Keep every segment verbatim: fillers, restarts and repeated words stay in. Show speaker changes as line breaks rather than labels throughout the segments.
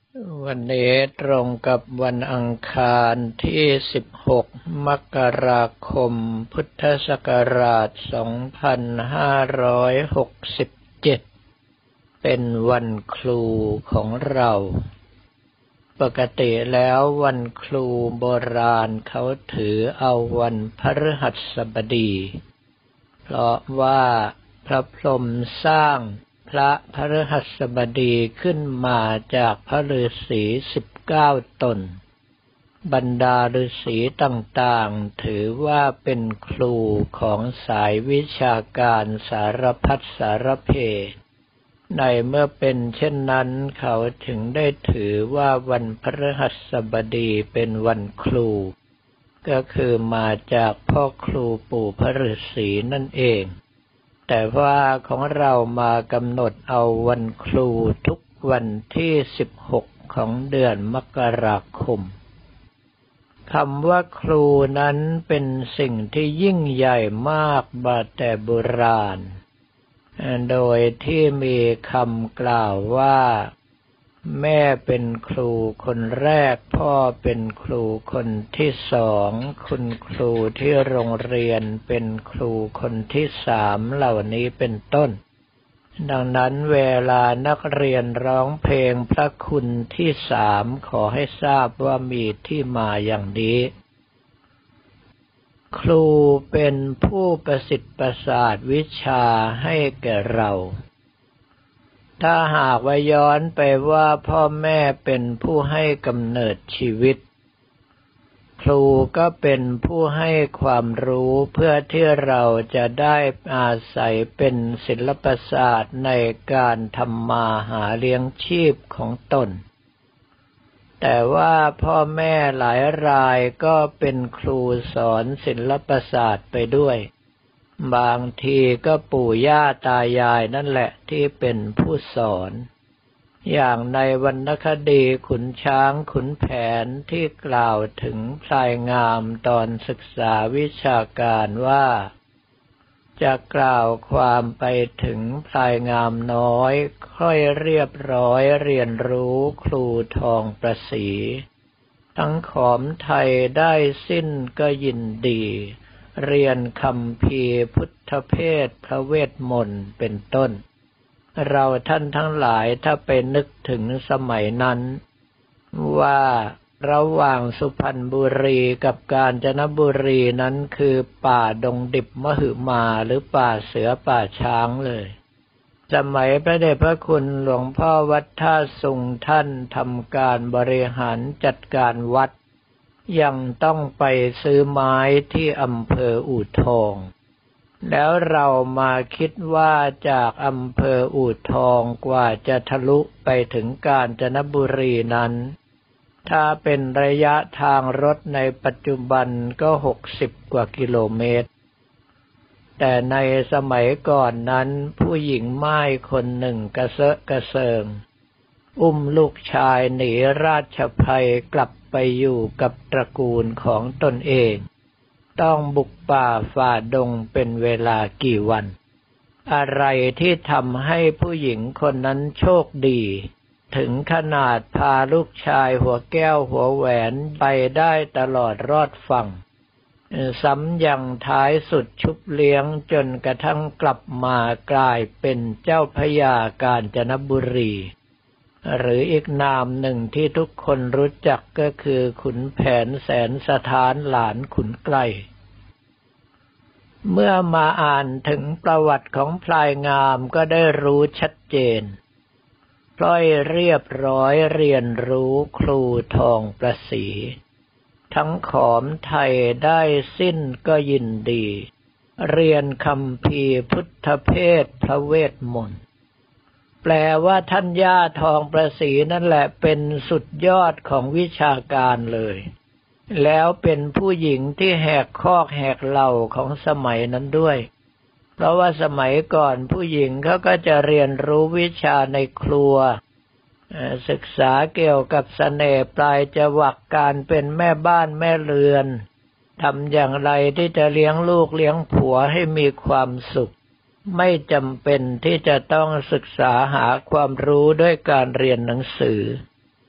วันนี้ตรงกับวันอังคารที่สิบหกมกราคมพุทธศักราชสองพันห้าร้อยหกสิบเจ็ดเป็นวันครูของเราปกติแล้ววันครูโบราณเขาถือเอาวันพฤหัสบดีเพราะว่าพระพรหมสร้างพระพฤหัสบดีขึ้นมาจากพระฤาษีสิบเก้าตนบรรดาฤาษีต่างๆถือว่าเป็นครูของสายวิชาการสารพัดสารเพในเมื่อเป็นเช่นนั้นเขาถึงได้ถือว่าวันพฤหัสบดีเป็นวันครูก็คือมาจากพ่อครูปู่พระฤาษีนั่นเองแต่ว่าของเรามากำหนดเอาวันครูทุกวันที่สิบหกของเดือนมกราคมคำว่าครูนั้นเป็นสิ่งที่ยิ่งใหญ่มากมาแต่โบราณโดยที่มีคำกล่าวว่าแม่เป็นครูคนแรกพ่อเป็นครูคนที่สองคุณครูที่โรงเรียนเป็นครูคนที่สามเหล่านี้เป็นต้นดังนั้นเวลานักเรียนร้องเพลงพระคุณที่สามขอให้ทราบว่ามีที่มาอย่างนี้ครูเป็นผู้ประสิทธิ์ประสาทวิชาให้แก่เราถ้าหากว่าย้อนไปว่าพ่อแม่เป็นผู้ให้กำเนิดชีวิตครูก็เป็นผู้ให้ความรู้เพื่อที่เราจะได้อาศัยเป็นศิลปศาสตร์ในการทำมาหาเลี้ยงชีพของตนแต่ว่าพ่อแม่หลายรายก็เป็นครูสอนศิลปศาสตร์ไปด้วยบางทีก็ปู่ย่าตายายนั่นแหละที่เป็นผู้สอนอย่างในวรรณคดีขุนช้างขุนแผนที่กล่าวถึงพลายงามตอนศึกษาวิชาการว่าจะกล่าวความไปถึงพลายงามน้อยค่อยเรียบร้อยเรียนรู้ครูทองประศรีทั้งขอมไทยได้สิ้นก็ยินดีเรียนคัมภีร์พุทธเพศพระเวทมนต์เป็นต้นเราท่านทั้งหลายถ้าไปนึกถึงสมัยนั้นว่าระหว่างสุพรรณบุรีกับกาญจนบุรีนั้นคือป่าดงดิบมหึมาหรือป่าเสือป่าช้างเลยสมัยพระเดชพระคุณหลวงพ่อวัดท่าสุงท่านทำการบริหารจัดการวัดยังต้องไปซื้อไม้ที่อำเภออู่ทองแล้วเรามาคิดว่าจากอำเภออู่ทองกว่าจะทะลุไปถึงกาญจนบุรีนั้นถ้าเป็นระยะทางรถในปัจจุบันก็หกสิบกว่ากิโลเมตรแต่ในสมัยก่อนนั้นผู้หญิงม่ายคนหนึ่งกระเซาะกระเซิงอุ้มลูกชายหนีราชภัยกลับไปอยู่กับตระกูลของตนเองต้องบุกป่าฝ่าดงเป็นเวลากี่วันอะไรที่ทำให้ผู้หญิงคนนั้นโชคดีถึงขนาดพาลูกชายหัวแก้วหัวแหวนไปได้ตลอดรอดฝั่งซ้ำยังท้ายสุดชุบเลี้ยงจนกระทั่งกลับมากลายเป็นเจ้าพระยากาญจนบุรีหรืออีกนามหนึ่งที่ทุกคนรู้จักก็คือขุนแผนแสนสถานหลานขุนไกลเมื่อมาอ่านถึงประวัติของพลายงามก็ได้รู้ชัดเจนพล่อยเรียบร้อยเรียนรู้ครูทองประศรีทั้งขอมไทยได้สิ้นก็ยินดีเรียนคัมภีร์พุทธเพศพระเวทมนต์แปลว่าท่านย่าทองประศรีนั่นแหละเป็นสุดยอดของวิชาการเลยแล้วเป็นผู้หญิงที่แหกคอกแหกเหล่าของสมัยนั้นด้วยเพราะว่าสมัยก่อนผู้หญิงเขาก็จะเรียนรู้วิชาในครัวศึกษาเกี่ยวกับเสน่ห์ปลายจวักการเป็นแม่บ้านแม่เรือนทำอย่างไรที่จะเลี้ยงลูกเลี้ยงผัวให้มีความสุข ไม่จำเป็นที่จะต้องศึกษาหาความรู้ด้วยการเรียนหนังสือ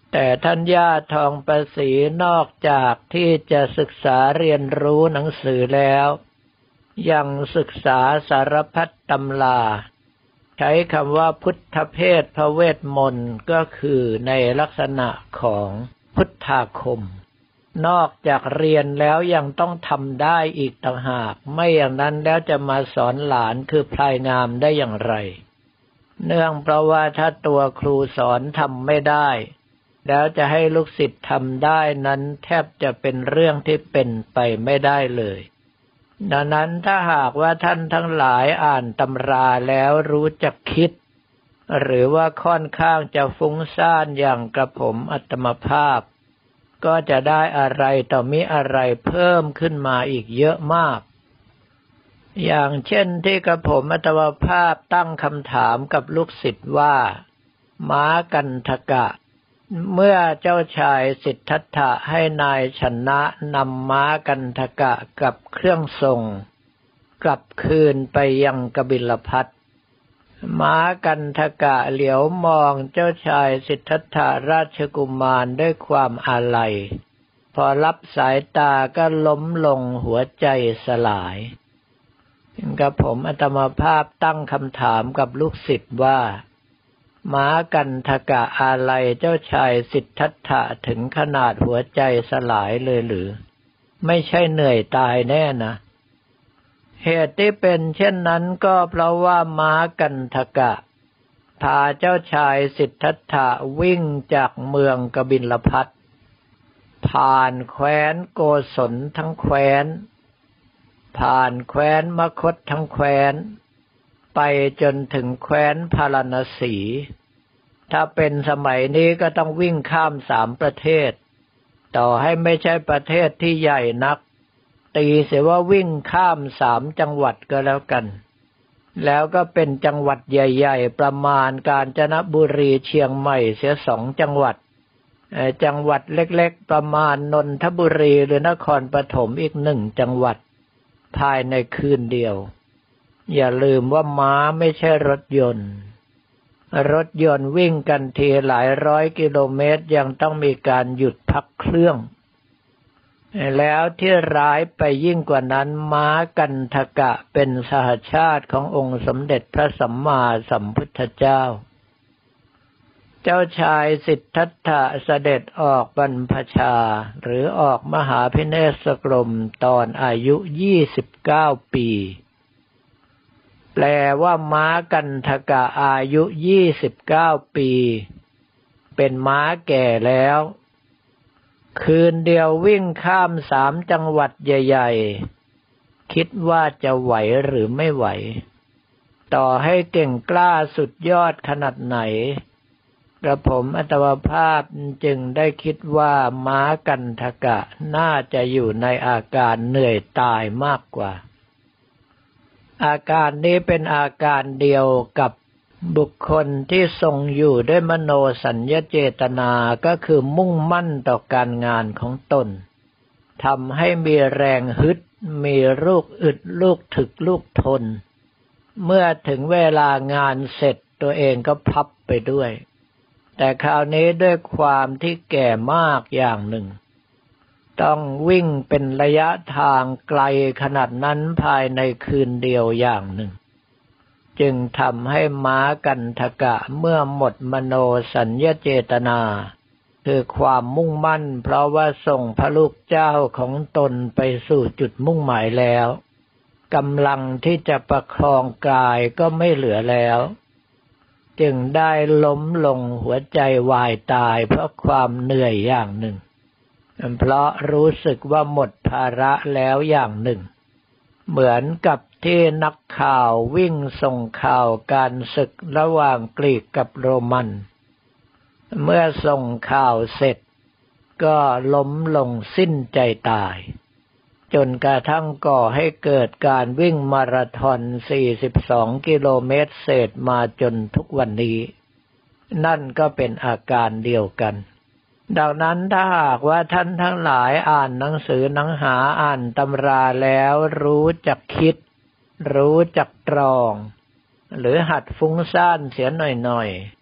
แต่ท่านย่าทองประศรีนอกจากที่จะศึกษาเรียนรู้หนังสือแล้วยังศึกษาสารพัดตำราใช้คำว่าพุทธเพศพระเวทมนต์ก็คือในลักษณะของพุทธาคมนอกจากเรียนแล้วยังต้องทำได้อีกต่างหากไม่อย่างนั้นแล้วจะมาสอนหลานคือพลายงามได้อย่างไรเนื่องเพราะว่าถ้าตัวครูสอนทำไม่ได้แล้วจะให้ลูกศิษย์ทำได้นั้นแทบจะเป็นเรื่องที่เป็นไปไม่ได้เลยดังนั้นถ้าหากว่าท่านทั้งหลายอ่านตำราแล้วรู้จักคิดหรือว่าค่อนข้างจะฟุ้งซ่านอย่างกระผมอัตมภาพก็จะได้อะไรต่อมิอะไรเพิ่มขึ้นมาอีกเยอะมากอย่างเช่นที่กระผมอัตมภาพตั้งคำถามกับลูกศิษย์ว่าม้ากันทกะเมื่อเจ้าชายสิทธัตถะให้นายชนะนำม้ากันทกะกับเครื่องทรงกลับคืนไปยังกบิลพัสม้ากันทกะเหลียวมองเจ้าชายสิทธัตถะราชกุมารด้วยความอาลัยพอรับสายตาก็ล้มลงหัวใจสลายกับผมอาตมาภาพตั้งคำถามกับลูกศิษย์ว่าม้ากันทกะอาลัยเจ้าชายสิทธัตถะถึงขนาดหัวใจสลายเลยหรือไม่ใช่เหนื่อยตายแน่นะเหตุที่เป็นเช่นนั้นก็เพราะว่าม้ากันทกะพาเจ้าชายสิทธัตถะวิ่งจากเมืองกบิลพัสผ่านแคว้นโกศลทั้งแคว้นผ่านแคว้นมคธทั้งแคว้นไปจนถึงแคว้นพาราณสีถ้าเป็นสมัยนี้ก็ต้องวิ่งข้ามสามประเทศต่อให้ไม่ใช่ประเทศที่ใหญ่นักตีเสียว่าวิ่งข้ามสามจังหวัดก็แล้วกันแล้วก็เป็นจังหวัดใหญ่ๆประมาณกาญจนบุรีเชียงใหม่เสียสองจังหวัดจังหวัดเล็กๆประมาณนนทบุรีหรือนครปฐมอีกหนึ่งจังหวัดภายในคืนเดียวอย่าลืมว่าม้าไม่ใช่รถยนต์รถยนต์วิ่งกันทีหลายร้อยกิโลเมตรยังต้องมีการหยุดพักเครื่องแล้วที่ร้ายไปยิ่งกว่านั้นม้ากันทกะเป็นสหชาติขององค์สมเด็จพระสัมมาสัมพุทธเจ้าเจ้าชายสิทธัตถะเสด็จออกบรรพชาหรือออกมหาพิเนศกรมตอนอายุยี่สิบเก้าปีแปลว่าม้ากันทกะอายุยี่สิบเก้าปีเป็นม้าแก่แล้วคืนเดียววิ่งข้ามสามจังหวัดใหญ่ๆคิดว่าจะไหวหรือไม่ไหวต่อให้เก่งกล้าสุดยอดขนาดไหนกระผมอัตมภาพจึงได้คิดว่าม้ากันทกะน่าจะอยู่ในอาการเหนื่อยตายมากกว่าอาการนี้เป็นอาการเดียวกับบุคคลที่ทรงอยู่ด้วยมโนสัญญเจตนาก็คือมุ่งมั่นต่อการงานของตนทำให้มีแรงฮึดมีลูกอึดลูกถึกลูกทนเมื่อถึงเวลางานเสร็จตัวเองก็พับไปด้วยแต่คราวนี้ด้วยความที่แก่มากอย่างหนึ่งต้องวิ่งเป็นระยะทางไกลขนาดนั้นภายในคืนเดียวอย่างหนึ่งจึงทำให้ม้ากันทกะเมื่อหมดมโนสัญญเจตนาคือความมุ่งมั่นเพราะว่าส่งพระลูกเจ้าของตนไปสู่จุดมุ่งหมายแล้วกำลังที่จะประคองกายก็ไม่เหลือแล้วจึงได้ล้มลงหัวใจวายตายเพราะความเหนื่อยอย่างหนึ่งเพราะรู้สึกว่าหมดภาระแล้วอย่างหนึ่งเหมือนกับที่นักข่าววิ่งส่งข่าวการศึกระหว่างกรีกกับโรมันเมื่อส่งข่าวเสร็จก็ล้มลงสิ้นใจตายจนกระทั่งก่อให้เกิดการวิ่งมาราธอนสี่สิบสองกิโลเมตรเศษมาจนทุกวันนี้นั่นก็เป็นอาการเดียวกันดังนั้นถ้าหากว่าท่านทั้งหลายอ่านหนังสือหนังหาอ่านตำราแล้วรู้จักคิดรู้จักตรองหรือหัดฟุ้งซ่านเสียหน่อยๆ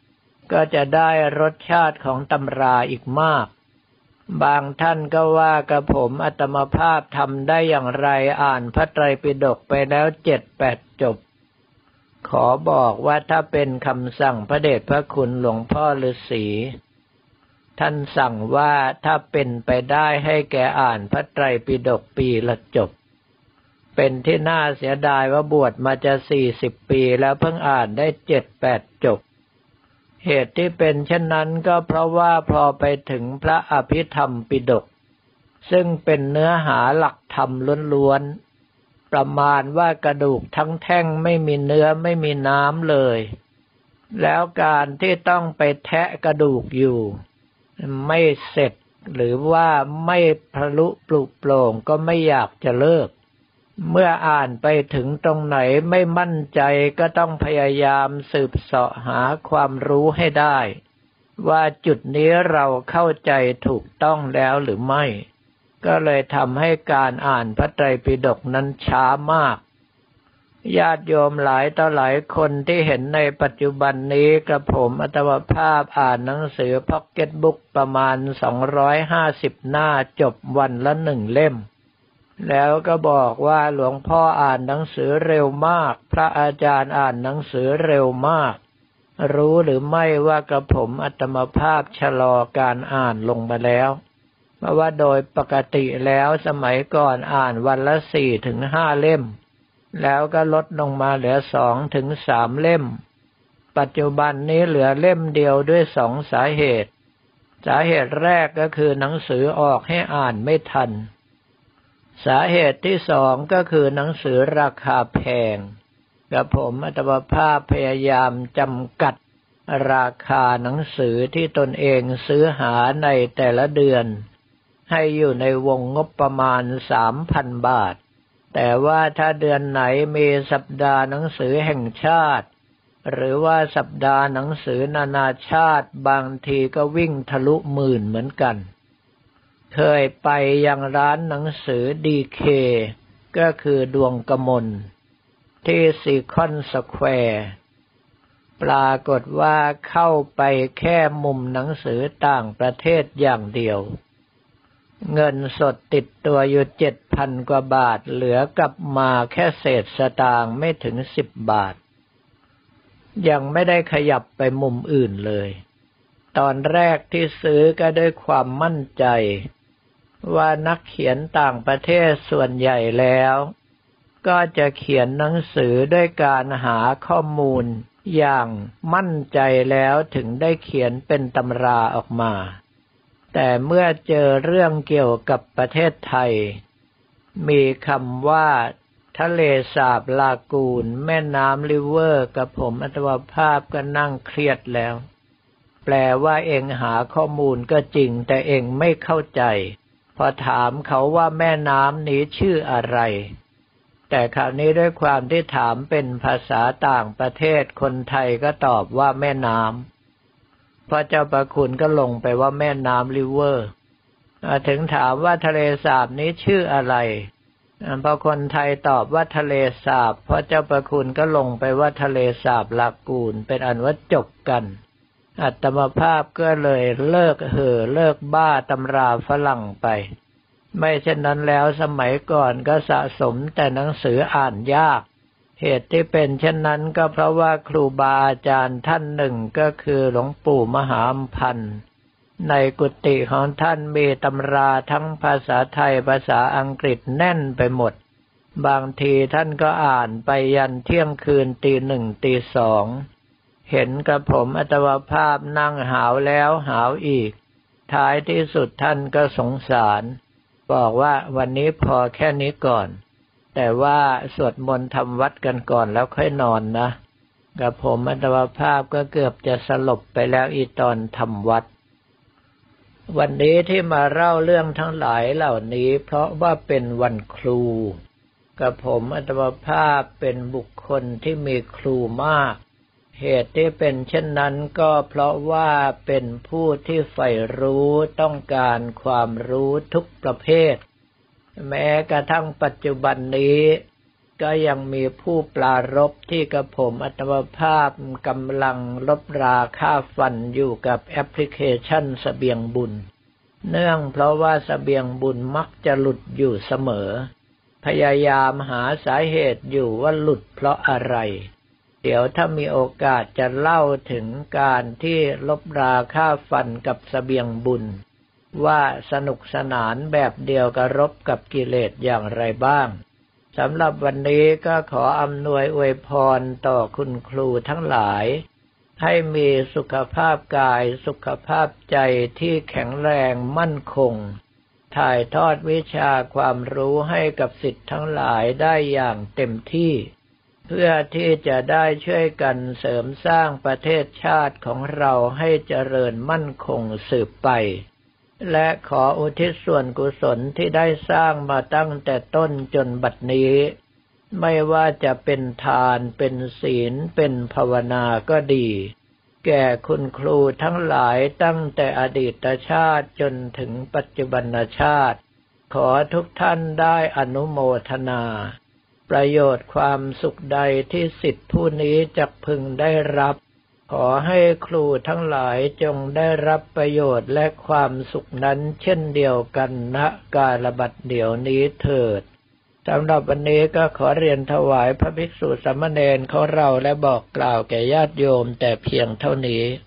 ก็จะได้รสชาติของตำราอีกมากบางท่านก็ว่ากระผมอาตมาภาพทำได้อย่างไรอ่านพระไตรปิฎกไปแล้วเจ็ดแปดจบขอบอกว่าถ้าเป็นคำสั่งพระเดชพระคุณหลวงพ่อฤาษีท่านสั่งว่าถ้าเป็นไปได้ให้แกอ่านพระไตรปิฎกปีละจบเป็นที่น่าเสียดายว่าบวชมาจะสี่สิบปีแล้วเพิ่งอ่านได้เจ็ดแปดจบเหตุที่เป็นเช่นนั้นก็เพราะว่าพอไปถึงพระอภิธรรมปิฎกซึ่งเป็นเนื้อหาหลักธรรมล้วนๆประมาณว่ากระดูกทั้งแท่งไม่มีเนื้อไม่มีน้ำเลยแล้วการที่ต้องไปแทะกระดูกอยู่ไม่เสร็จหรือว่าไม่ทะลุปลุกโปร่งก็ไม่อยากจะเลิกเมื่ออ่านไปถึงตรงไหนไม่มั่นใจก็ต้องพยายามสืบเสาะหาความรู้ให้ได้ว่าจุดนี้เราเข้าใจถูกต้องแล้วหรือไม่ก็เลยทำให้การอ่านพระไตรปิฎกนั้นช้ามากญาติโยมหลายต่อหลายคนที่เห็นในปัจจุบันนี้กระผมอัตภาพอ่านหนังสือพ็อกเก็ตบุ๊กประมาณสองร้อยห้าสิบหน้าจบวันละหนึ่งเล่มแล้วก็บอกว่าหลวงพ่ออ่านหนังสือเร็วมากพระอาจารย์อ่านหนังสือเร็วมากรู้หรือไม่ว่ากระผมอัตมภาพชะลอการอ่านลงมาแล้วเพราะว่าโดยปกติแล้วสมัยก่อนอ่านวันละสี่ถึงห้าเล่มแล้วก็ลดลงมาเหลือสองถึงสามเล่มปัจจุบันนี้เหลือเล่มเดียวด้วยสองสาเหตุสาเหตุแรกก็คือหนังสือออกให้อ่านไม่ทันสาเหตุที่สองก็คือหนังสือราคาแพงกระผมอัตภาพพยายามจำกัดราคาหนังสือที่ตนเองซื้อหาในแต่ละเดือนให้อยู่ในวงงบประมาณ สามพัน บาทแต่ว่าถ้าเดือนไหนมีสัปดาห์หนังสือแห่งชาติหรือว่าสัปดาห์หนังสือนานาชาติบางทีก็วิ่งทะลุหมื่นเหมือนกันเคยไปยังร้านหนังสือดีเคก็คือดวงกมลที่ซีคอนสแควร์ปรากฏว่าเข้าไปแค่มุมหนังสือต่างประเทศอย่างเดียวเงินสดติดตัวอยู่เจ็ดพันกว่าบาทเหลือกลับมาแค่เศษสตางค์ไม่ถึงสิบบาทยังไม่ได้ขยับไปมุมอื่นเลยตอนแรกที่ซื้อก็ด้วยความมั่นใจว่านักเขียนต่างประเทศส่วนใหญ่แล้วก็จะเขียนหนังสือด้วยการหาข้อมูลอย่างมั่นใจแล้วถึงได้เขียนเป็นตำราออกมาแต่เมื่อเจอเรื่องเกี่ยวกับประเทศไทยมีคำว่าทะเลสาบลากูนแม่น้ำริเวอร์กับผมอัตภาพก็นั่งเครียดแล้วแปลว่าเองหาข้อมูลก็จริงแต่เองไม่เข้าใจพอถามเขาว่าแม่น้ำนี้ชื่ออะไรแต่คราวนี้ด้วยความที่ถามเป็นภาษาต่างประเทศคนไทยก็ตอบว่าแม่น้ำพระเจ้าประคุณก็ลงไปว่าแม่น้ำริเวอร์ถึงถามว่าทะเลสาบนี้ชื่ออะไรพอคนไทยตอบว่าทะเลสาบพระเจ้าประคุณก็ลงไปว่าทะเลสาบลากูนเป็นอันว่าจบกันอัตมภาพก็เลยเลิกเห่อเลิกบ้าตำราฝรั่งไปไม่เช่นนั้นแล้วสมัยก่อนก็สะสมแต่หนังสืออ่านยากเหตุที่เป็นเช่นนั้นก็เพราะว่าครูบาอาจารย์ท่านหนึ่งก็คือหลวงปู่มหาอำพันธ์ในกุฏิของท่านมีตำราทั้งภาษาไทยภาษาอังกฤษแน่นไปหมดบางทีท่านก็อ่านไปยันเที่ยงคืนตีหนึ่งตีสองเห็นกระผมอัตภาพนั่งหาวแล้วหาวอีกท้ายที่สุดท่านก็สงสารบอกว่าวันนี้พอแค่นี้ก่อนแต่ว่าสวดมนต์ทำวัดกันก่อนแล้วค่อยนอนนะกับผมอัตภาพก็เกือบจะสลบไปแล้วอีตอนทำวัดวันนี้ที่มาเล่าเรื่องทั้งหลายเหล่านี้เพราะว่าเป็นวันครูกับผมอัตภาพเป็นบุคคลที่มีครูมากเหตุที่เป็นเช่นนั้นก็เพราะว่าเป็นผู้ที่ใฝ่รู้ต้องการความรู้ทุกประเภทแม้กระทั่งปัจจุบันนี้ก็ยังมีผู้ปรารภที่กระผมอัตมภาพกำลังลบราค่าฟันอยู่กับแอปพลิเคชันเสบียงบุญเนื่องเพราะว่าเสบียงบุญมักจะหลุดอยู่เสมอพยายามหาสาเหตุอยู่ว่าหลุดเพราะอะไรเดี๋ยวถ้ามีโอกาสจะเล่าถึงการที่ลบราค่าฟันกับเสบียงบุญว่าสนุกสนานแบบเดียวกับรบกับกิเลสอย่างไรบ้างสำหรับวันนี้ก็ขออำนวยอวยพรต่อคุณครูทั้งหลายให้มีสุขภาพกายสุขภาพใจที่แข็งแรงมั่นคงถ่ายทอดวิชาความรู้ให้กับศิษย์ทั้งหลายได้อย่างเต็มที่เพื่อที่จะได้ช่วยกันเสริมสร้างประเทศชาติของเราให้เจริญมั่นคงสืบไปและขออุทิศส่วนกุศลที่ได้สร้างมาตั้งแต่ต้นจนบัดนี้ไม่ว่าจะเป็นทานเป็นศีลเป็นภาวนาก็ดีแก่คุณครูทั้งหลายตั้งแต่อดีตชาติจนถึงปัจจุบันชาติขอทุกท่านได้อนุโมทนาประโยชน์ความสุขใดที่ศิษย์ผู้นี้จะพึงได้รับขอให้ครูทั้งหลายจงได้รับประโยชน์และความสุขนั้นเช่นเดียวกันณกาลบัดเดี๋ยวนี้เถิดสำหรับวันนี้ก็ขอเรียนถวายพระภิกษุสามเณรของเราและบอกกล่าวแก่ญาติโยมแต่เพียงเท่านี้